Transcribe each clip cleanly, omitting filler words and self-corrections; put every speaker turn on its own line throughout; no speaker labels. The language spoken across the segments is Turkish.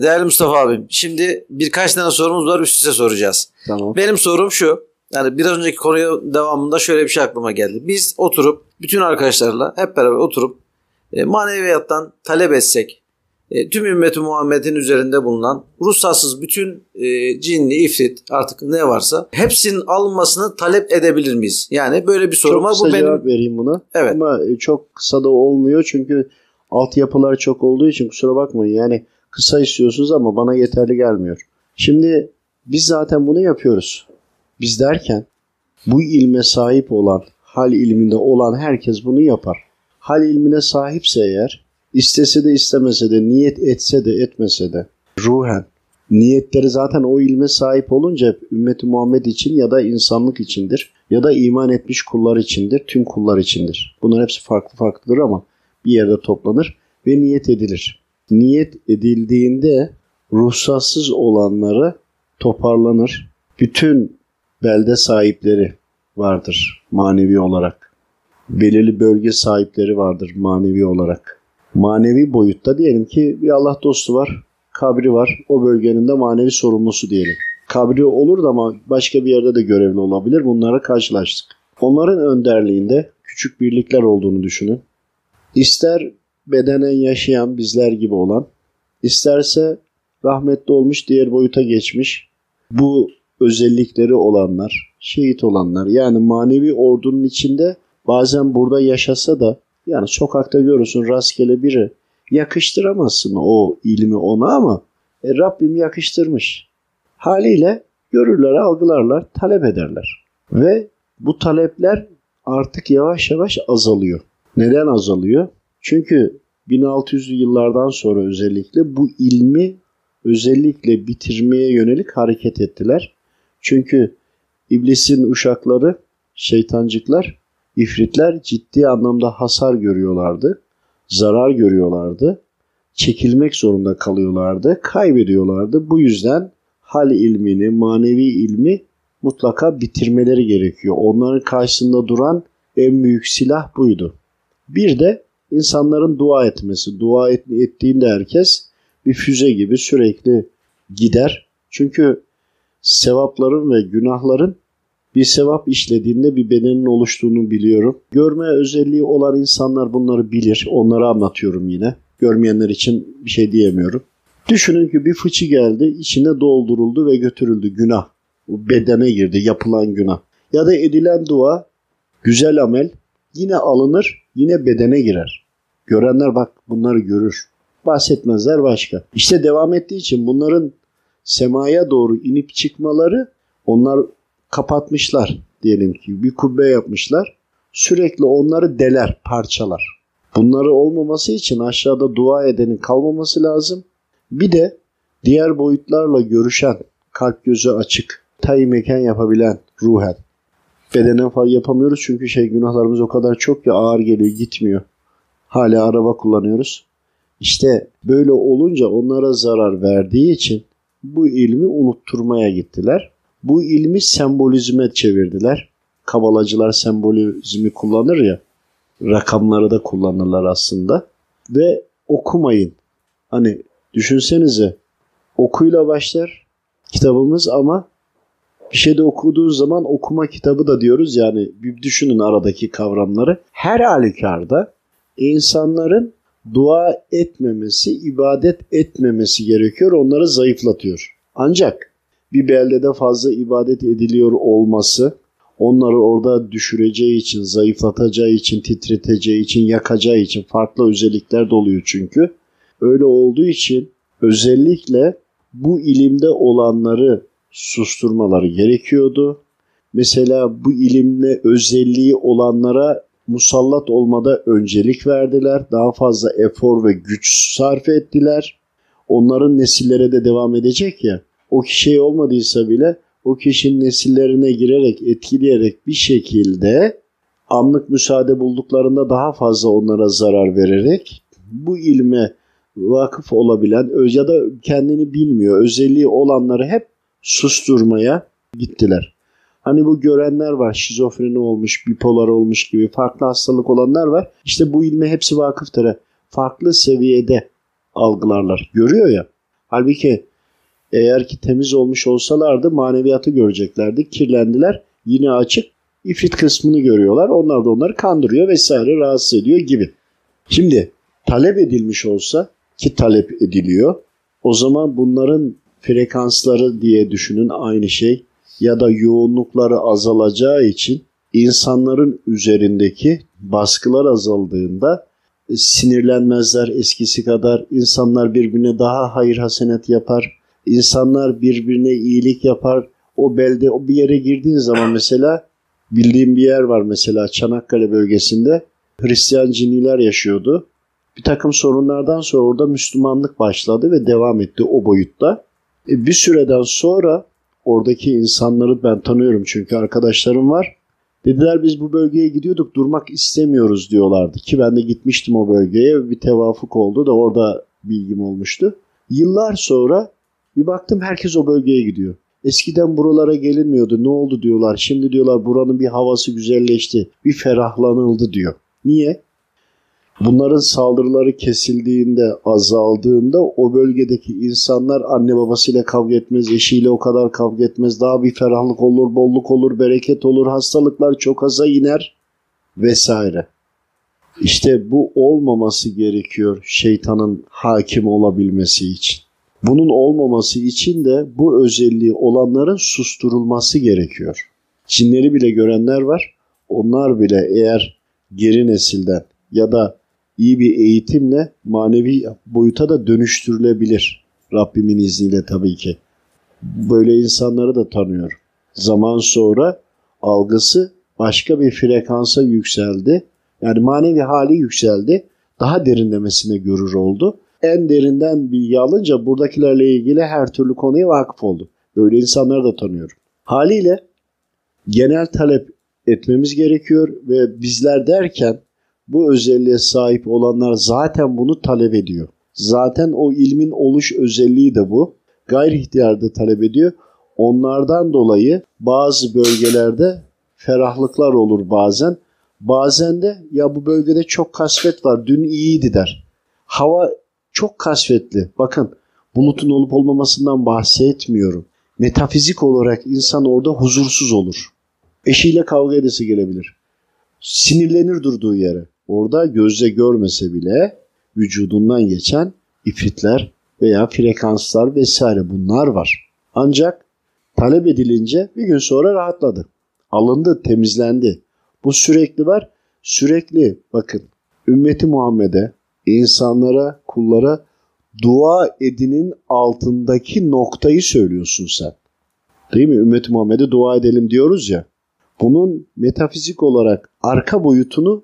Değerli Mustafa abim, şimdi birkaç tane sorumuz var, üst üste soracağız.
Tamam.
Benim sorum şu. Yani biraz önceki konuya devamında şöyle bir şey aklıma geldi. Biz oturup bütün arkadaşlarla hep beraber oturup maneviyattan talep etsek, tüm ümmeti Muhammed'in üzerinde bulunan ruhsatsız bütün cinli, ifrit artık ne varsa hepsinin alınmasını talep edebilir miyiz? Yani böyle bir sorum var.
Çok kısa cevap vereyim buna.
Evet.
Ama çok kısa da olmuyor çünkü altyapılar çok olduğu için kusura bakmayın. Yani kısa istiyorsunuz ama bana yeterli gelmiyor. Şimdi biz zaten bunu yapıyoruz. Biz derken bu ilme sahip olan, hal ilminde olan herkes bunu yapar. Hal ilmine sahipse eğer, istese de istemese de, niyet etse de etmese de, ruhen, niyetleri zaten o ilme sahip olunca ümmeti Muhammed için ya da insanlık içindir ya da iman etmiş kullar içindir, tüm kullar içindir. Bunlar hepsi farklı farklıdır ama bir yerde toplanır ve niyet edilir. Niyet edildiğinde ruhsatsız olanları toparlanır. Bütün belde sahipleri vardır manevi olarak. Belirli bölge sahipleri vardır manevi olarak. Manevi boyutta diyelim ki bir Allah dostu var, kabri var. O bölgenin de manevi sorumlusu diyelim. Kabri olur da ama başka bir yerde de görevli olabilir. Bunlara karşılaştık. Onların önderliğinde küçük birlikler olduğunu düşünün. İster bedenen yaşayan bizler gibi olan, isterse rahmetli olmuş, diğer boyuta geçmiş, bu özellikleri olanlar, şehit olanlar, yani manevi ordunun içinde bazen burada yaşasa da, yani sokakta görürsün rastgele biri, yakıştıramazsın o ilmi ona ama Rabbim yakıştırmış. Haliyle görürler, algılarlar, talep ederler. Ve bu talepler artık yavaş yavaş azalıyor. Neden azalıyor? Çünkü 1600'lü yıllardan sonra özellikle bu ilmi özellikle bitirmeye yönelik hareket ettiler. Çünkü iblisin uşakları, şeytancıklar, ifritler ciddi anlamda hasar görüyorlardı, zarar görüyorlardı, çekilmek zorunda kalıyorlardı, kaybediyorlardı. Bu yüzden hal ilmini, manevi ilmi mutlaka bitirmeleri gerekiyor. Onların karşısında duran en büyük silah buydu. Bir de insanların dua etmesi. Dua ettiğinde herkes bir füze gibi sürekli gider. Çünkü sevapların ve günahların bir sevap işlediğinde bir bedenin oluştuğunu biliyorum. Görme özelliği olan insanlar bunları bilir. Onları anlatıyorum yine. Görmeyenler için bir şey diyemiyorum. Düşünün ki bir fıçı geldi, içine dolduruldu ve götürüldü günah. Bedene girdi, yapılan günah. Ya da edilen dua, güzel amel yine alınır, yine bedene girer. Görenler bak bunları görür. Bahsetmezler başka. İşte devam ettiği için bunların semaya doğru inip çıkmaları, onlar kapatmışlar diyelim ki. Bir kubbe yapmışlar. Sürekli onları deler, parçalar. Bunları olmaması için aşağıda dua edenin kalmaması lazım. Bir de diğer boyutlarla görüşen, kalp gözü açık, tayi mekan yapabilen ruhen. Bedenen falan yapamıyoruz çünkü günahlarımız o kadar çok ki ağır geliyor, gitmiyor. Hala araba kullanıyoruz. İşte böyle olunca onlara zarar verdiği için bu ilmi unutturmaya gittiler. Bu ilmi sembolizme çevirdiler. Kabalacılar sembolizmi kullanır ya, rakamları da kullanırlar aslında. Ve okumayın. Hani düşünsenize, okuyla başlar kitabımız ama bir şeyde okuduğu zaman okuma kitabı da diyoruz. Yani bir düşünün aradaki kavramları. Her halükarda insanların dua etmemesi, ibadet etmemesi gerekiyor. Onları zayıflatıyor. Ancak bir beldede fazla ibadet ediliyor olması, onları orada düşüreceği için, zayıflatacağı için, titreteceği için, yakacağı için farklı özellikler de oluyor çünkü. Öyle olduğu için özellikle bu ilimde olanları susturmaları gerekiyordu. Mesela bu ilimle özelliği olanlara musallat olmada öncelik verdiler. Daha fazla efor ve güç sarf ettiler. Onların nesillere de devam edecek ya. O kişi olmadıysa bile o kişinin nesillerine girerek, etkileyerek bir şekilde anlık müsaade bulduklarında daha fazla onlara zarar vererek bu ilme vakıf olabilen ya da kendini bilmiyor, özelliği olanları hep susturmaya gittiler. Hani bu görenler var, şizofreni olmuş, bipolar olmuş gibi farklı hastalık olanlar var. İşte bu ilme hepsi vakıftır. Farklı seviyede algılarlar. Görüyor ya. Halbuki eğer ki temiz olmuş olsalardı maneviyatı göreceklerdi. Kirlendiler, yine açık. İfrit kısmını görüyorlar. Onlar da onları kandırıyor vesaire, rahatsız ediyor gibi. Şimdi talep edilmiş olsa, ki talep ediliyor, o zaman bunların frekansları diye düşünün, aynı şey, ya da yoğunlukları azalacağı için insanların üzerindeki baskılar azaldığında sinirlenmezler eskisi kadar. İnsanlar birbirine daha hayır hasenet yapar. İnsanlar birbirine iyilik yapar. O belde, o bir yere girdiğin zaman mesela, bildiğim bir yer var mesela Çanakkale bölgesinde, Hristiyan ciniler yaşıyordu. Bir takım sorunlardan sonra orada Müslümanlık başladı ve devam etti o boyutta. Bir süreden sonra oradaki insanları ben tanıyorum çünkü arkadaşlarım var. Dediler biz bu bölgeye gidiyorduk, durmak istemiyoruz diyorlardı ki ben de gitmiştim o bölgeye, bir tevafuk oldu da orada bilgim olmuştu. Yıllar sonra bir baktım herkes o bölgeye gidiyor. Eskiden buralara gelinmiyordu, ne oldu diyorlar. Şimdi diyorlar buranın bir havası güzelleşti, bir ferahlanıldı diyor. Niye? Bunların saldırıları kesildiğinde, azaldığında o bölgedeki insanlar anne babasıyla kavga etmez, eşiyle o kadar kavga etmez. Daha bir ferahlık olur, bolluk olur, bereket olur, hastalıklar çok aza iner vesaire. İşte bu olmaması gerekiyor şeytanın hakim olabilmesi için. Bunun olmaması için de bu özelliği olanların susturulması gerekiyor. Cinleri bile görenler var. Onlar bile eğer geri nesilden ya da iyi bir eğitimle manevi boyuta da dönüştürülebilir. Rabbimin izniyle tabii ki. Böyle insanları da tanıyorum. Zaman sonra algısı başka bir frekansa yükseldi. Yani manevi hali yükseldi. Daha derinlemesine görür oldu. En derinden bilgi alınca buradakilerle ilgili her türlü konuya vakıf oldu. Böyle insanları da tanıyorum. Haliyle genel talep etmemiz gerekiyor ve bizler derken bu özelliğe sahip olanlar zaten bunu talep ediyor. Zaten o ilmin oluş özelliği de bu. Gayri ihtiyarda talep ediyor. Onlardan dolayı bazı bölgelerde ferahlıklar olur bazen. Bazen de ya bu bölgede çok kasvet var, dün iyiydi der. Hava çok kasvetli. Bakın bulutun olup olmamasından bahsetmiyorum. Metafizik olarak insan orada huzursuz olur. Eşiyle kavga edesi gelebilir. Sinirlenir durduğu yere. Orada gözle görmese bile vücudundan geçen ifritler veya frekanslar vesaire bunlar var. Ancak talep edilince bir gün sonra rahatladı. Alındı, temizlendi. Bu sürekli var. Sürekli bakın ümmeti Muhammed'e, insanlara, kullara dua edinin altındaki noktayı söylüyorsun sen. Değil mi? Ümmeti Muhammed'e dua edelim diyoruz ya. Bunun metafizik olarak arka boyutunu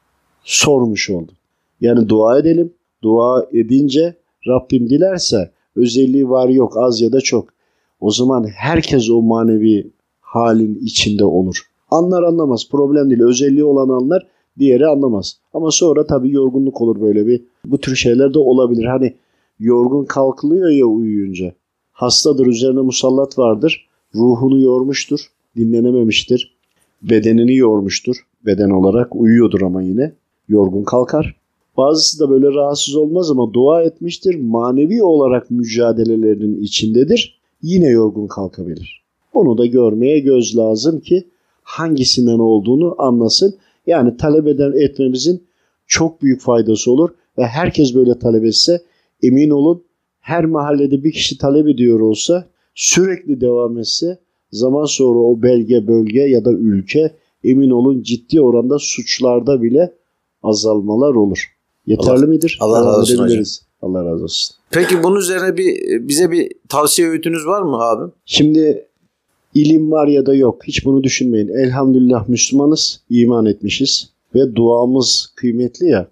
sormuş oldum. Yani dua edelim. Dua edince Rabbim dilerse özelliği var yok az ya da çok. O zaman herkes o manevi halin içinde olur. Anlar anlamaz problem değil. Özelliği olan anlar, diğeri anlamaz. Ama sonra tabii yorgunluk olur böyle bir. Bu tür şeyler de olabilir. Hani yorgun kalkılıyor ya uyuyunca. Hastadır, üzerine musallat vardır. Ruhunu yormuştur, dinlenememiştir. Bedenini yormuştur. Beden olarak uyuyordur ama yine. Yorgun kalkar. Bazısı da böyle rahatsız olmaz ama dua etmiştir. Manevi olarak mücadelelerinin içindedir. Yine yorgun kalkabilir. Bunu da görmeye göz lazım ki hangisinden olduğunu anlasın. Yani talep etmemizin çok büyük faydası olur. Ve herkes böyle talep etse emin olun her mahallede bir kişi talep ediyor olsa sürekli devam etse zaman sonra o bölge ya da ülke emin olun ciddi oranda suçlarda bile azalmalar olur. Yeterli midir?
Allah razı olsun hocam.
Allah razı olsun.
Peki bunun üzerine bize bir tavsiye öğütünüz var mı abi?
Şimdi ilim var ya da yok. Hiç bunu düşünmeyin. Elhamdülillah Müslümanız, iman etmişiz ve duamız kıymetli ya.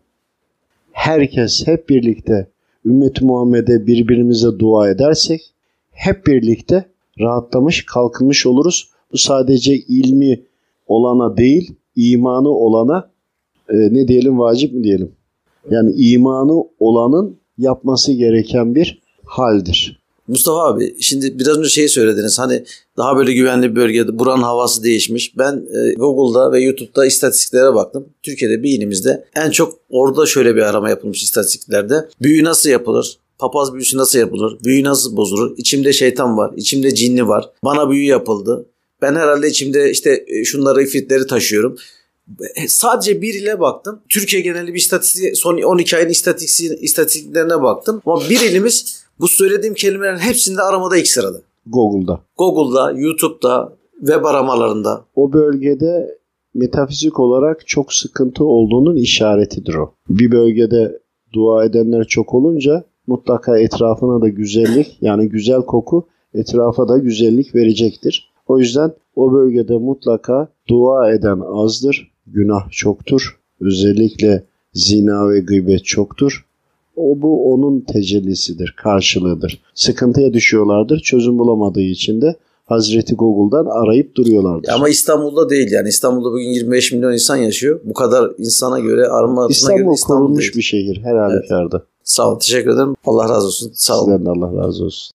Herkes hep birlikte Ümmet-i Muhammed'e birbirimize dua edersek hep birlikte rahatlamış, kalkınmış oluruz. Bu sadece ilmi olana değil, imanı olana ne diyelim, vacip mi diyelim? Yani imanı olanın yapması gereken bir haldir.
Mustafa abi şimdi biraz önce şeyi söylediniz, hani daha böyle güvenli bir bölgede buranın havası değişmiş. Ben Google'da ve YouTube'da istatistiklere baktım. Türkiye'de bir ilimizde en çok orada şöyle bir arama yapılmış istatistiklerde. Büyü nasıl yapılır? Papaz büyüsü nasıl yapılır? Büyü nasıl bozulur? İçimde şeytan var. İçimde cinni var. Bana büyü yapıldı. Ben herhalde içimde işte şunları, ifritleri taşıyorum. Sadece bir ile baktım. Türkiye geneli bir istatistik, son 12 ayın istatistiklerine baktım. Ama bir ilimiz bu söylediğim kelimelerin hepsinde aramada ilk sırada. Google'da, YouTube'da, web aramalarında.
O bölgede metafizik olarak çok sıkıntı olduğunun işaretidir o. Bir bölgede dua edenler çok olunca mutlaka etrafına da güzellik, yani güzel koku etrafa da güzellik verecektir. O yüzden o bölgede mutlaka dua eden azdır, günah çoktur. Özellikle zina ve gıybet çoktur. Bu onun tecellisidir, karşılığıdır. Sıkıntıya düşüyorlardır, çözüm bulamadığı için de Hazreti Google'dan arayıp duruyorlardır.
Ama İstanbul'da değil yani. İstanbul'da bugün 25 milyon insan yaşıyor. Bu kadar insana göre, arama hattına göre
İstanbul korunmuş bir şehir her halükarda.
Evet. Sağ ol, teşekkür ederim. Allah razı olsun. Sağ olun.
Sizden de Allah razı olsun.